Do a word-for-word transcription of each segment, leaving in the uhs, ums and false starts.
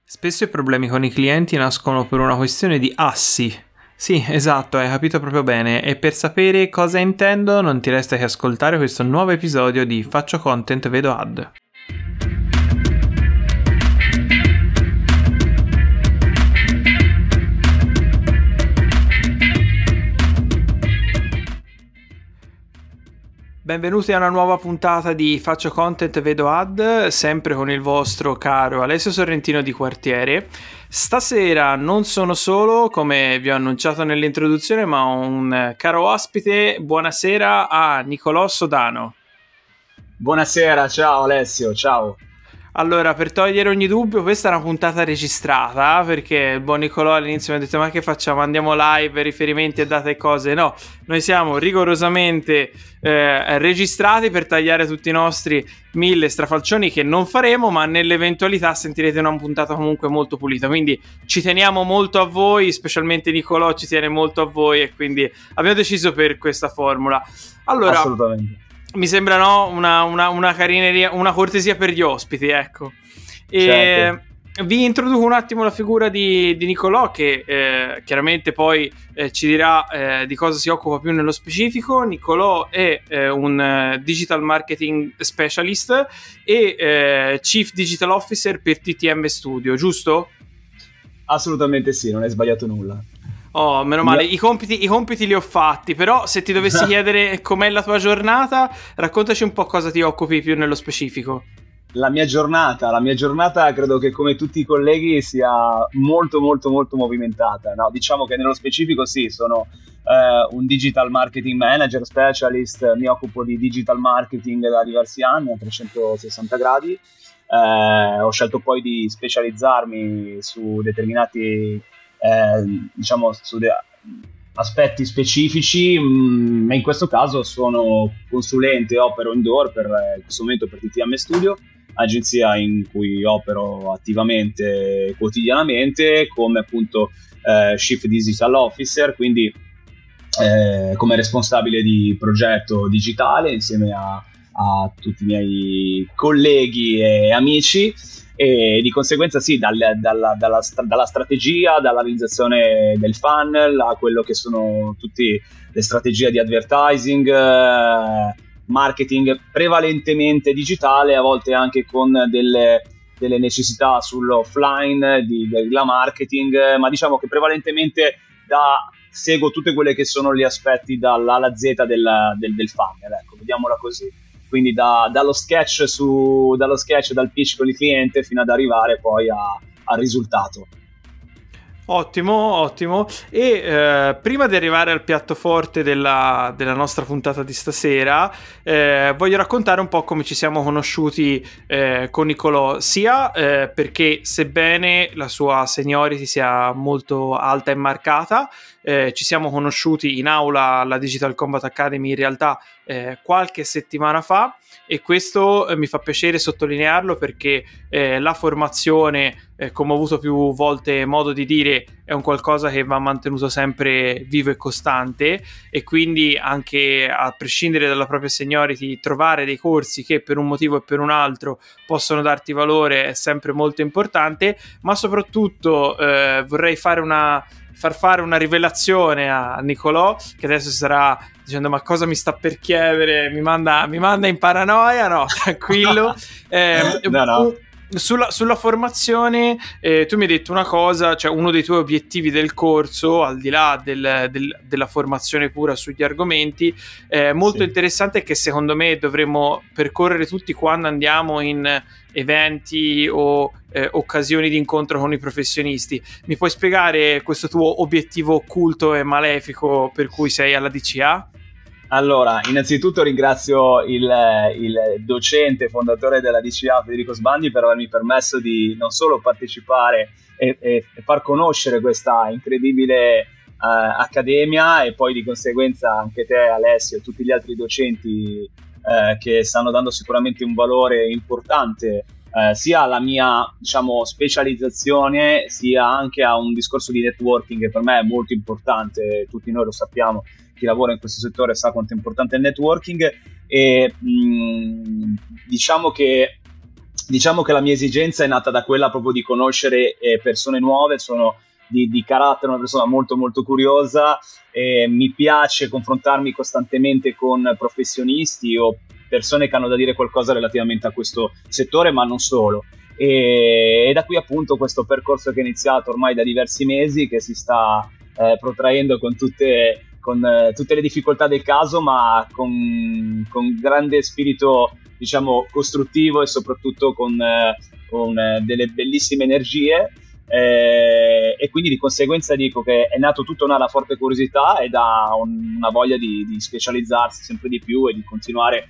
Spesso i problemi con i clienti nascono per una questione di assi. Sì, esatto, hai capito proprio bene. E per sapere cosa intendo non ti resta che ascoltare questo nuovo episodio di Faccio Content, Vedo Ad. Benvenuti a una nuova puntata di Faccio Content, Vedo Ad, sempre con il vostro caro Alessio Sorrentino di Quartiere. Stasera non sono solo, come vi ho annunciato nell'introduzione, ma ho un caro ospite. Buonasera a Nicolò Sodano. Buonasera, ciao Alessio, ciao. Allora, per togliere ogni dubbio, questa è una puntata registrata, perché il buon Nicolò all'inizio mi ha detto: ma che facciamo? Andiamo live, riferimenti e date e cose? No, noi siamo rigorosamente eh, registrati per tagliare tutti i nostri mille strafalcioni che non faremo, ma nell'eventualità sentirete una puntata comunque molto pulita, quindi ci teniamo molto a voi, specialmente Nicolò ci tiene molto a voi, e quindi abbiamo deciso per questa formula. Allora, assolutamente. Mi sembra no, una, una, una carineria, una cortesia per gli ospiti, ecco. E certo. Vi introduco un attimo la figura di, di Nicolò, che eh, chiaramente poi eh, ci dirà eh, di cosa si occupa più nello specifico. Nicolò è eh, un uh, digital marketing specialist e eh, chief digital officer per T T M Studio, giusto? Assolutamente sì, non hai sbagliato nulla. Oh, meno male, I compiti, i compiti li ho fatti, però se ti dovessi chiedere com'è la tua giornata, raccontaci un po' cosa ti occupi più nello specifico. La mia giornata, la mia giornata credo che come tutti i colleghi sia molto molto molto movimentata, no? Diciamo che nello specifico sì, sono eh, un digital marketing manager specialist, mi occupo di digital marketing da diversi anni a trecentosessanta gradi, eh, ho scelto poi di specializzarmi su determinati Eh, diciamo su de- aspetti specifici, ma in questo caso sono consulente, opero indoor per in questo momento per T T M Studio, agenzia in cui opero attivamente quotidianamente come appunto eh, Chief Digital Officer, quindi eh, come responsabile di progetto digitale insieme a, a tutti i miei colleghi e amici. E di conseguenza sì, dal, dalla, dalla, dalla strategia, dalla realizzazione del funnel a quello che sono tutte le strategie di advertising, eh, marketing prevalentemente digitale, a volte anche con delle, delle necessità sull'offline di guerrilla marketing, ma diciamo che prevalentemente da, seguo tutte quelle che sono gli aspetti dall'A alla Z del, del, del funnel, ecco, vediamola così. Quindi da, dallo sketch su, dallo sketch, dal pitch con il cliente fino ad arrivare poi a, al risultato. Ottimo, ottimo. E eh, prima di arrivare al piatto forte della, della nostra puntata di stasera, eh, voglio raccontare un po' come ci siamo conosciuti eh, con Nicolò, sia eh, perché sebbene la sua seniority sia molto alta e marcata, eh, ci siamo conosciuti in aula alla Digital Combat Academy in realtà eh, qualche settimana fa, e questo eh, mi fa piacere sottolinearlo perché eh, la formazione, eh, come ho avuto più volte modo di dire, è un qualcosa che va mantenuto sempre vivo e costante, e quindi anche a prescindere dalla propria seniority trovare dei corsi che per un motivo e per un altro possono darti valore è sempre molto importante. Ma soprattutto eh, vorrei fare una far fare una rivelazione a Nicolò, che adesso si starà dicendo: ma cosa mi sta per chiedere, mi manda, mi manda in paranoia. No, tranquillo. eh, no, no. Sulla, sulla formazione eh, tu mi hai detto una cosa, cioè uno dei tuoi obiettivi del corso, al di là del, del, della formazione pura sugli argomenti, eh, molto sì. interessante, è che secondo me dovremmo percorrere tutti quando andiamo in eventi o eh, occasioni di incontro con i professionisti. Mi puoi spiegare questo tuo obiettivo occulto e malefico per cui sei alla D C A? Allora, innanzitutto ringrazio il, il docente fondatore della D C A, Federico Sbandi, per avermi permesso di non solo partecipare e, e far conoscere questa incredibile uh, accademia, e poi di conseguenza anche te, Alessio, e tutti gli altri docenti uh, che stanno dando sicuramente un valore importante Uh, sia alla mia, diciamo, specializzazione, sia anche a un discorso di networking che per me è molto importante. Tutti noi lo sappiamo, chi lavora in questo settore sa quanto è importante il networking, e mh, diciamo che diciamo che la mia esigenza è nata da quella proprio di conoscere eh, persone nuove. Sono di, di carattere una persona molto molto curiosa, e mi piace confrontarmi costantemente con professionisti o persone che hanno da dire qualcosa relativamente a questo settore, ma non solo. E, e da qui appunto questo percorso che è iniziato ormai da diversi mesi, che si sta eh, protraendo con tutte, con, eh, tutte le difficoltà del caso, ma con, con grande spirito, diciamo, costruttivo, e soprattutto con, eh, con eh, delle bellissime energie. Eh, e quindi di conseguenza dico che è nato tutto da una forte curiosità e da un, una voglia di, di specializzarsi sempre di più e di continuare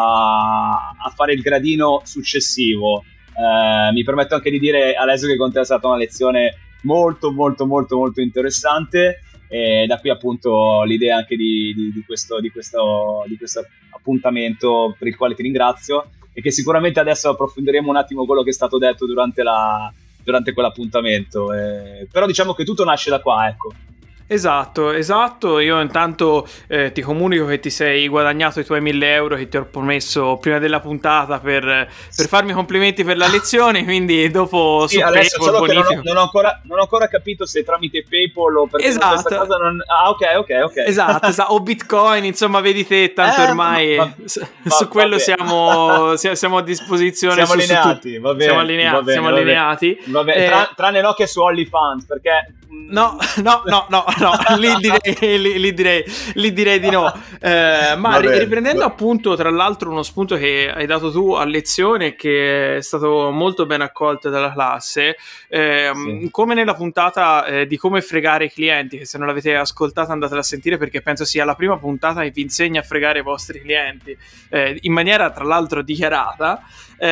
a, a fare il gradino successivo. Eh, mi permetto anche di dire, Alessio, che con te è stata una lezione molto molto molto molto interessante, e da qui appunto l'idea anche di, di, di, questo, di, questo, di questo appuntamento, per il quale ti ringrazio, e che sicuramente adesso approfondiremo un attimo quello che è stato detto durante la durante quell'appuntamento, eh, però diciamo che tutto nasce da qua, ecco. Esatto, esatto. Io intanto eh, ti comunico che ti sei guadagnato i tuoi mille euro che ti ho promesso prima della puntata per, per farmi complimenti per la lezione, quindi dopo sì, su adesso PayPal, solo che non ho, bonifico. non, ho ancora, non ho ancora capito se tramite PayPal o perché Esatto. questa cosa non... Ah, ok, ok, ok. Esatto, esatto. O Bitcoin, insomma, vedi te, tanto Eh, ormai va- su, va- su quello vabbè. siamo, sia- siamo a disposizione. Siamo su- su allineati, tutto. va bene, Siamo allineati, va bene, siamo va bene. allineati. Va bene, Eh, tra- tranne no che su OnlyFans, perché... No, no, no, no, no, lì direi, lì, lì direi, lì direi di no. Eh, ma Va ri- bene. riprendendo appunto, tra l'altro, uno spunto che hai dato tu a lezione, che è stato molto ben accolto dalla classe, ehm, Sì. come nella puntata eh, di come fregare i clienti, che se non l'avete ascoltata andatela a sentire, perché penso sia la prima puntata che vi insegna a fregare i vostri clienti, eh, in maniera tra l'altro dichiarata.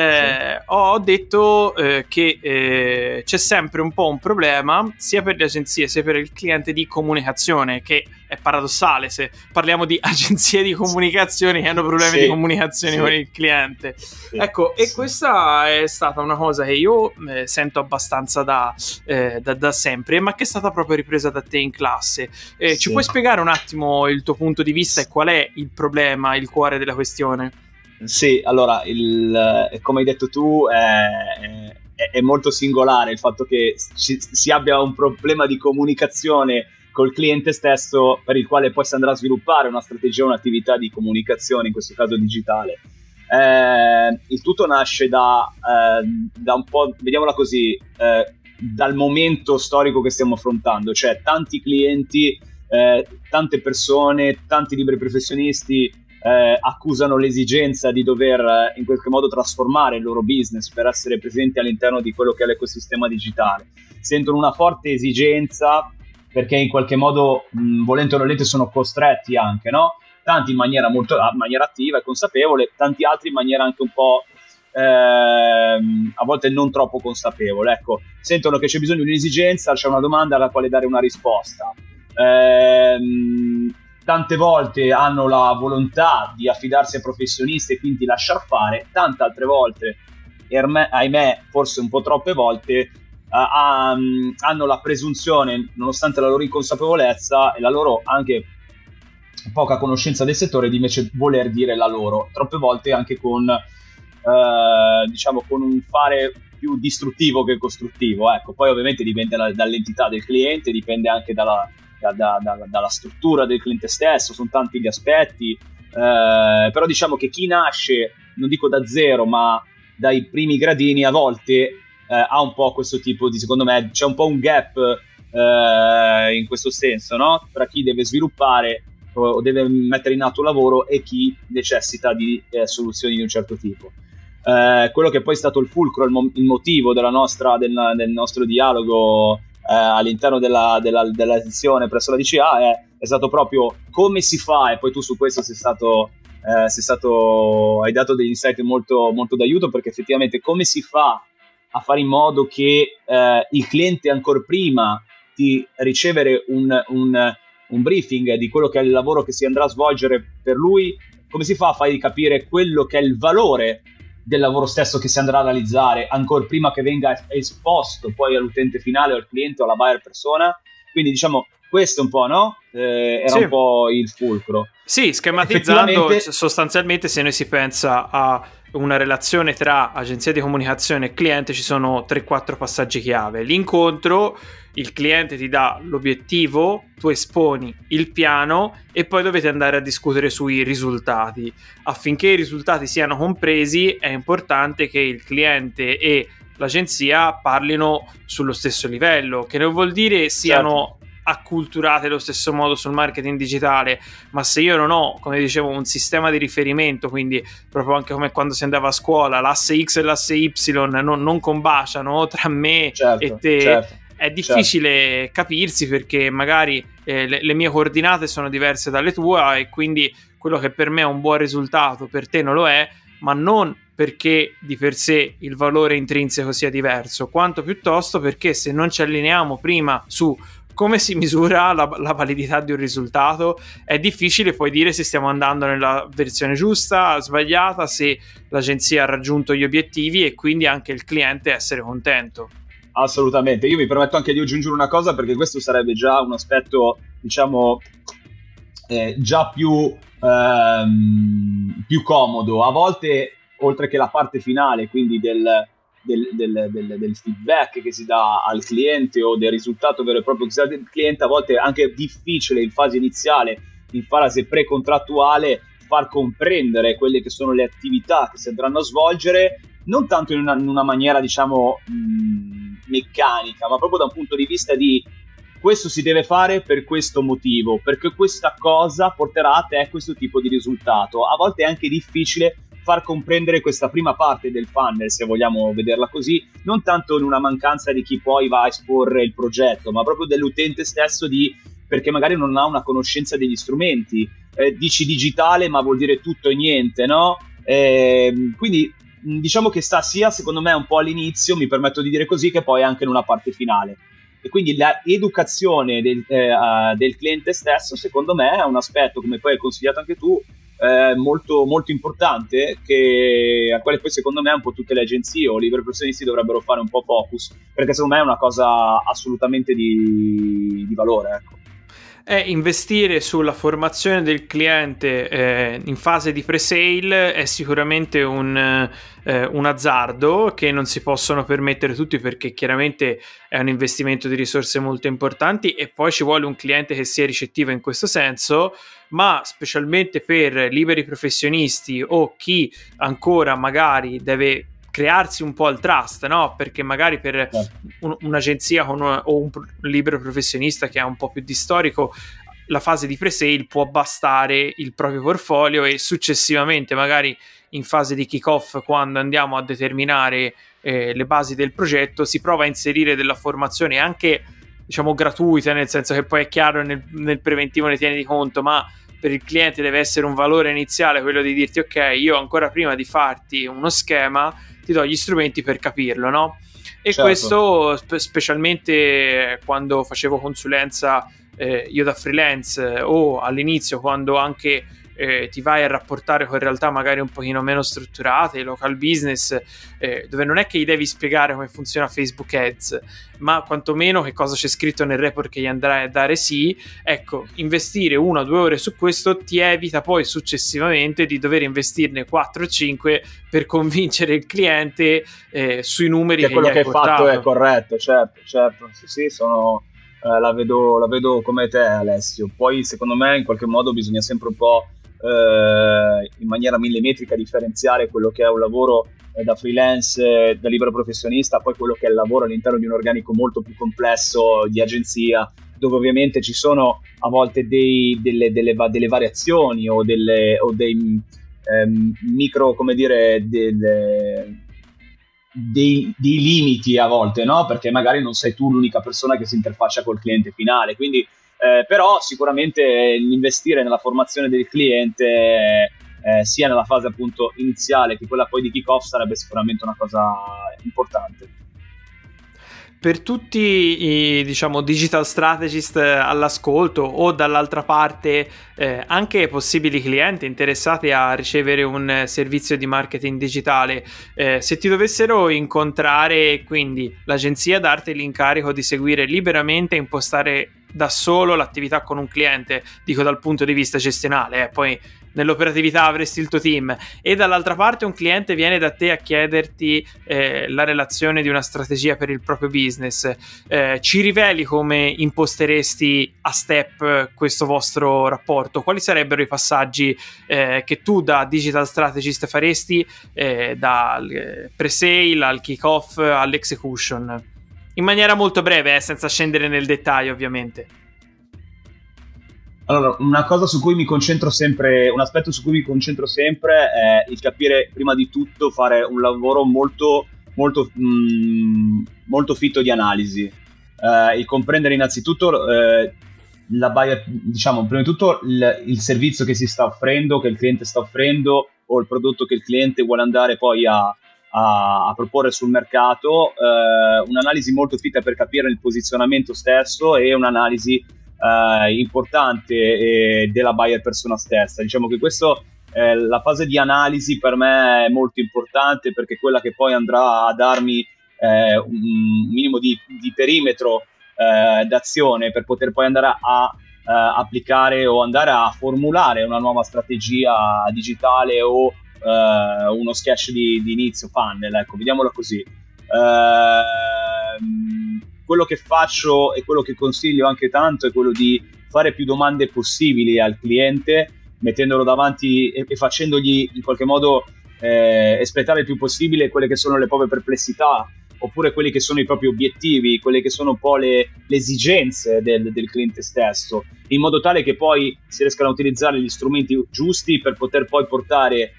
Eh, ho detto eh, che eh, c'è sempre un po' un problema sia per le agenzie sia per il cliente di comunicazione, che è paradossale se parliamo di agenzie di comunicazione che hanno problemi Sì, di comunicazione sì. con il cliente. Sì, Ecco, e sì. questa è stata una cosa che io eh, sento abbastanza da, eh, da, da sempre, ma che è stata proprio ripresa da te in classe. Eh, Sì. Ci puoi spiegare un attimo il tuo punto di vista e qual è il problema, il cuore della questione? Sì, allora, il, eh, come hai detto tu, è, è- è molto singolare il fatto che ci- si abbia un problema di comunicazione col cliente stesso, per il quale poi si andrà a sviluppare una strategia, un'attività di comunicazione, in questo caso digitale. Eh, il tutto nasce da, eh, da un po', vediamola così, eh, dal momento storico che stiamo affrontando, cioè tanti clienti, eh, tante persone, tanti liberi professionisti eh, accusano l'esigenza di dover eh, in qualche modo trasformare il loro business per essere presenti all'interno di quello che è l'ecosistema digitale. Sentono una forte esigenza perché in qualche modo, mh, volente o nolente, sono costretti anche, no? Tanti in maniera molto in maniera attiva e consapevole, tanti altri in maniera anche un po' ehm, a volte non troppo consapevole. Ecco, sentono che c'è bisogno di un'esigenza, c'è una domanda alla quale dare una risposta. Ehm, tante volte hanno la volontà di affidarsi a professionisti e quindi lasciar fare, tante altre volte, e ahimè, ahimè forse un po' troppe volte, Uh, um, hanno la presunzione, nonostante la loro inconsapevolezza e la loro anche poca conoscenza del settore, di invece voler dire la loro, troppe volte anche con uh, diciamo con un fare più distruttivo che costruttivo. Ecco, poi ovviamente dipende la, dall'entità del cliente, dipende anche dalla, da, da, da, dalla struttura del cliente stesso, sono tanti gli aspetti, uh, però diciamo che chi nasce, non dico da zero, ma dai primi gradini, a volte Eh, ha un po' questo tipo di, secondo me c'è un po' un gap eh, in questo senso, no? Tra chi deve sviluppare o, o deve mettere in atto un lavoro e chi necessita di eh, soluzioni di un certo tipo. Eh, quello che poi è stato il fulcro, il, mo- il motivo della nostra, del, del nostro dialogo eh, all'interno della, della, della lezione presso la D C A è, è stato proprio come si fa, e poi tu su questo sei stato, eh, sei stato hai dato degli insight molto, molto d'aiuto, perché effettivamente come si fa a fare in modo che eh, il cliente, ancora prima di ricevere un, un, un briefing di quello che è il lavoro che si andrà a svolgere per lui, come si fa a fargli capire quello che è il valore del lavoro stesso che si andrà a realizzare, ancora prima che venga esposto poi all'utente finale o al cliente o alla buyer persona. Quindi diciamo Questo un po', no? Eh, era sì. un po' il fulcro. Sì, schematizzando, Effettivamente... sostanzialmente se noi si pensa a una relazione tra agenzia di comunicazione e cliente ci sono tre quattro passaggi chiave. L'incontro, il cliente ti dà l'obiettivo, tu esponi il piano e poi dovete andare a discutere sui risultati. Affinché i risultati siano compresi è importante che il cliente e l'agenzia parlino sullo stesso livello, che non vuol dire siano... Certo. acculturate allo stesso modo sul marketing digitale, ma se io non ho, come dicevo, un sistema di riferimento, quindi proprio anche come quando si andava a scuola, l'asse X e l'asse Y non, non combaciano tra me certo, e te, certo, è difficile certo. capirsi, perché magari eh, le, le mie coordinate sono diverse dalle tue e quindi quello che per me è un buon risultato per te non lo è, ma non perché di per sé il valore intrinseco sia diverso, quanto piuttosto perché se non ci allineiamo prima su come si misura la, la validità di un risultato, è difficile poi dire se stiamo andando nella versione giusta, sbagliata, se l'agenzia ha raggiunto gli obiettivi e quindi anche il cliente essere contento. Assolutamente, io mi permetto anche di aggiungere una cosa, perché questo sarebbe già un aspetto, diciamo, eh, già più, ehm, più comodo. A volte, oltre che la parte finale, quindi del... Del, del, del, del feedback che si dà al cliente o del risultato vero e proprio che si dà del cliente, a volte è anche difficile in fase iniziale, in fase pre-contrattuale, far comprendere quelle che sono le attività che si andranno a svolgere, non tanto in una, in una maniera diciamo mh, meccanica, ma proprio da un punto di vista di questo si deve fare per questo motivo, perché questa cosa porterà a te questo tipo di risultato. A volte è anche difficile far comprendere questa prima parte del funnel, se vogliamo vederla così, non tanto in una mancanza di chi poi va a esporre il progetto, ma proprio dell'utente stesso, di perché magari non ha una conoscenza degli strumenti. Eh, dici digitale, ma vuol dire tutto e niente, no? Eh, quindi diciamo che sta sia, secondo me, un po' all'inizio, mi permetto di dire così, che poi anche in una parte finale. E quindi l'educazione del, eh, uh, del cliente stesso, secondo me, è un aspetto, come poi hai consigliato anche tu, Eh, molto molto importante, che a quale poi secondo me un po' tutte le agenzie o liberi professionisti dovrebbero fare un po' focus, perché secondo me è una cosa assolutamente di, di valore, ecco. È investire sulla formazione del cliente eh, in fase di pre-sale è sicuramente un, eh, un azzardo che non si possono permettere tutti, perché chiaramente è un investimento di risorse molto importanti e poi ci vuole un cliente che sia ricettivo in questo senso, ma specialmente per liberi professionisti o chi ancora magari deve crearsi un po' il trust, no? Perché magari per un, un'agenzia con un, o un libero professionista che ha un po' più di storico, la fase di pre-sale può bastare il proprio portfolio e successivamente magari in fase di kick-off, quando andiamo a determinare eh, le basi del progetto, si prova a inserire della formazione anche, diciamo, gratuita, nel senso che poi è chiaro nel, nel preventivo ne tieni di conto, ma per il cliente deve essere un valore iniziale quello di dirti ok, io ancora prima di farti uno schema ti do gli strumenti per capirlo, no? E certo. Questo spe- specialmente quando facevo consulenza eh, io da freelance eh, o all'inizio, quando anche eh, ti vai a rapportare con realtà magari un pochino meno strutturate, local business, eh, dove non è che gli devi spiegare come funziona Facebook Ads, ma quantomeno che cosa c'è scritto nel report che gli andrai a dare sì, ecco, investire una o due ore su questo ti evita poi successivamente di dover investirne quattro o cinque per convincere il cliente eh, sui numeri che, che quello gli hai che hai portato. fatto è corretto, certo, certo, sì, sì, sono... Eh, la vedo, la vedo come te, Alessio. Poi secondo me in qualche modo bisogna sempre un po' eh, in maniera millimetrica differenziare quello che è un lavoro eh, da freelance, eh, da libero professionista, poi quello che è il lavoro all'interno di un organico molto più complesso di agenzia, dove ovviamente ci sono a volte dei, delle, delle, delle variazioni o, delle, o dei ehm, micro, come dire, delle... Dei, dei limiti a volte, no? Perché magari non sei tu l'unica persona che si interfaccia col cliente finale, quindi eh, però sicuramente l'investire nella formazione del cliente eh, sia nella fase appunto iniziale che quella poi di kick-off sarebbe sicuramente una cosa importante. Per tutti i, diciamo, digital strategist all'ascolto o dall'altra parte eh, anche possibili clienti interessati a ricevere un servizio di marketing digitale, eh, se ti dovessero incontrare, quindi l'agenzia darti l'incarico di seguire liberamente e impostare da solo l'attività con un cliente, dico dal punto di vista gestionale, eh, poi nell'operatività avresti il tuo team, e dall'altra parte un cliente viene da te a chiederti eh, la relazione di una strategia per il proprio business, eh, ci riveli come imposteresti a step questo vostro rapporto? Quali sarebbero i passaggi eh, che tu da digital strategist faresti eh, dal pre-sale al kick-off all'execution? In maniera molto breve, eh, senza scendere nel dettaglio ovviamente. Allora, una cosa su cui mi concentro sempre, un aspetto su cui mi concentro sempre è il capire, prima di tutto, fare un lavoro molto, molto, mh, molto fitto di analisi. Eh, il comprendere innanzitutto eh, la buyer, diciamo, prima di tutto il, il servizio che si sta offrendo, che il cliente sta offrendo, o il prodotto che il cliente vuole andare poi a, a, a proporre sul mercato. Eh, un'analisi molto fitta per capire il posizionamento stesso e un'analisi Uh, importante eh, della buyer persona stessa. Diciamo che questo eh, la fase di analisi per me è molto importante, perché è quella che poi andrà a darmi eh, un minimo di, di perimetro eh, d'azione per poter poi andare a, a uh, applicare o andare a formulare una nuova strategia digitale o uh, uno sketch di, di inizio funnel, ecco, vediamolo così. Uh, quello che faccio e quello che consiglio anche tanto è quello di fare più domande possibili al cliente, mettendolo davanti e, e facendogli in qualche modo eh, espletare il più possibile quelle che sono le proprie perplessità, oppure quelli che sono i propri obiettivi, quelle che sono un po' le, le esigenze del, del cliente stesso, in modo tale che poi si riescano a utilizzare gli strumenti giusti per poter poi portare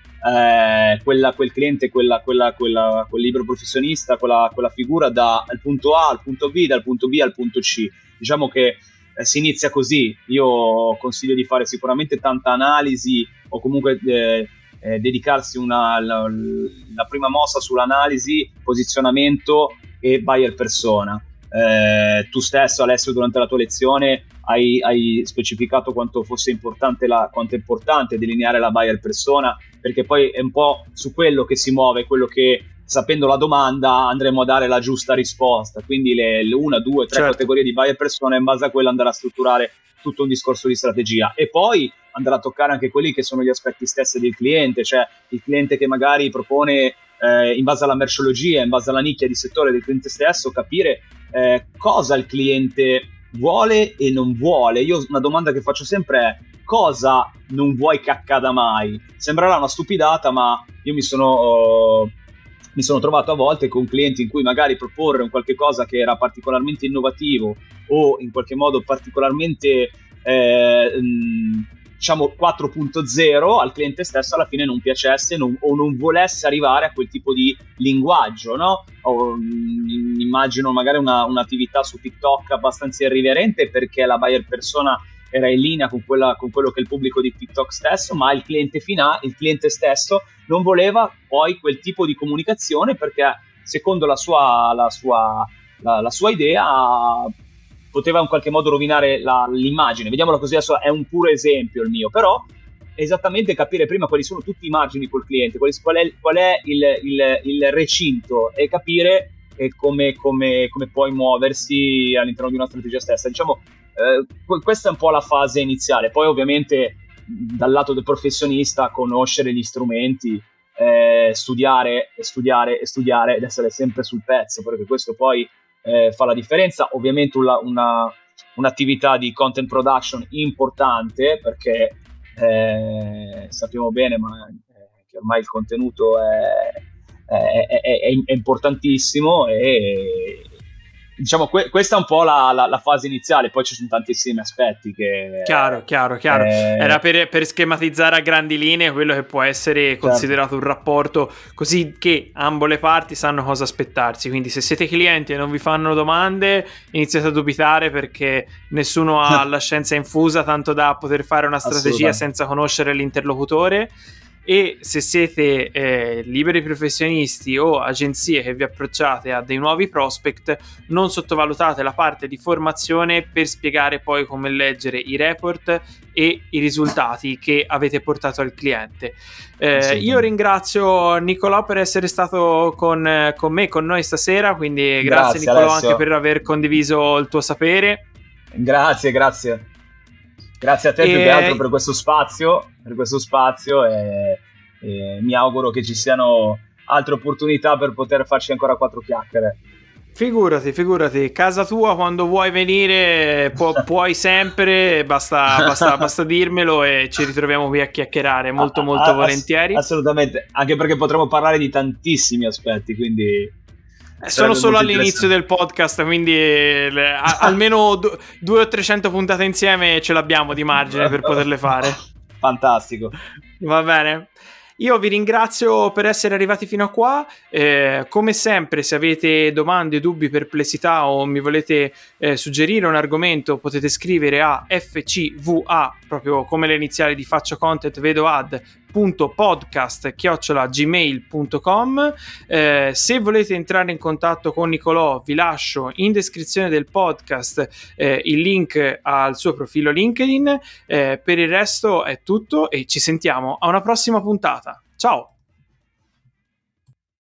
Eh, quella, quel cliente, quella, quella, quella, quel libero professionista, quella, quella figura dal punto A al punto B, dal punto B al punto C. Diciamo che eh, si inizia così. Io consiglio di fare sicuramente tanta analisi, o comunque eh, eh, dedicarsi una, la, la prima mossa sull'analisi, posizionamento e buyer persona. Eh, tu stesso, Alessio, durante la tua lezione hai, hai specificato quanto fosse importante la, quanto è importante delineare la buyer persona, perché poi è un po' su quello che si muove, quello che, sapendo la domanda, andremo a dare la giusta risposta. Quindi le, le una, due, tre certo. categorie di buyer persona, in base a quello andare a strutturare tutto un discorso di strategia, e poi andrà a toccare anche quelli che sono gli aspetti stessi del cliente, cioè il cliente che magari propone eh, in base alla merceologia, in base alla nicchia di settore del cliente stesso, capire eh, cosa il cliente vuole e non vuole. Io una domanda che faccio sempre è: cosa non vuoi che accada mai? Sembrerà una stupidata, ma io mi sono, uh, mi sono trovato a volte con clienti in cui magari proporre un qualche cosa che era particolarmente innovativo o in qualche modo particolarmente eh, mh, diciamo quattro punto zero, al cliente stesso alla fine non piacesse non, o non volesse arrivare a quel tipo di linguaggio, no? O, mh, immagino magari una, un'attività su TikTok abbastanza irriverente, perché la buyer persona era in linea con, quella, con quello che è il pubblico di TikTok stesso, ma il cliente finale, il cliente stesso non voleva poi quel tipo di comunicazione, perché secondo la sua, la sua, la, la sua idea poteva in qualche modo rovinare la, l'immagine. Vediamolo così, adesso è un puro esempio il mio, però esattamente capire prima quali sono tutti i margini col cliente, qual è, qual è, qual è il, il, il recinto, e capire eh, come, come, come puoi muoversi all'interno di una strategia stessa. Diciamo, eh, questa è un po' la fase iniziale. Poi ovviamente dal lato del professionista conoscere gli strumenti, eh, studiare e studiare e studiare ed essere sempre sul pezzo, perché questo poi eh, fa la differenza. Ovviamente una, una, un'attività di content production importante, perché eh, sappiamo bene ma, eh, che ormai il contenuto è, è, è, è, è importantissimo, e diciamo que- questa è un po' la, la, la fase iniziale. Poi ci sono tantissimi aspetti che chiaro, chiaro, chiaro. Eh... Era per, per schematizzare a grandi linee quello che può essere considerato certo. un rapporto, così che ambo le parti sanno cosa aspettarsi. Quindi se siete clienti e non vi fanno domande, iniziate a dubitare, perché nessuno ha la scienza infusa tanto da poter fare una strategia senza conoscere l'interlocutore. E se siete eh, liberi professionisti o agenzie che vi approcciate a dei nuovi prospect, non sottovalutate la parte di formazione per spiegare poi come leggere i report e i risultati che avete portato al cliente. Eh, sì, io ringrazio Nicolò per essere stato con, con me, con noi stasera, quindi grazie, grazie Nicolò Alessio. Anche per aver condiviso il tuo sapere. Grazie, grazie. Grazie a te, e... più che altro, per questo spazio, per questo spazio e, e mi auguro che ci siano altre opportunità per poter farci ancora quattro chiacchiere. Figurati, figurati, casa tua, quando vuoi venire pu- puoi sempre, basta, basta, basta dirmelo e ci ritroviamo qui a chiacchierare molto molto ah, volentieri. Ass- assolutamente, anche perché potremo parlare di tantissimi aspetti, quindi... Sono solo all'inizio del podcast, quindi le, a, almeno du- due o trecento puntate insieme ce l'abbiamo di margine per poterle fare. Fantastico. Va bene. Io vi ringrazio per essere arrivati fino a qua, eh, come sempre se avete domande, dubbi, perplessità o mi volete eh, suggerire un argomento potete scrivere a F C V A, proprio come le iniziali di Faccio Content Vedo Ad, punto podcast chiocciola gmail punto com. Eh, se volete entrare in contatto con Nicolò vi lascio in descrizione del podcast eh, il link al suo profilo LinkedIn. Eh, per il resto è tutto e ci sentiamo a una prossima puntata. Ciao!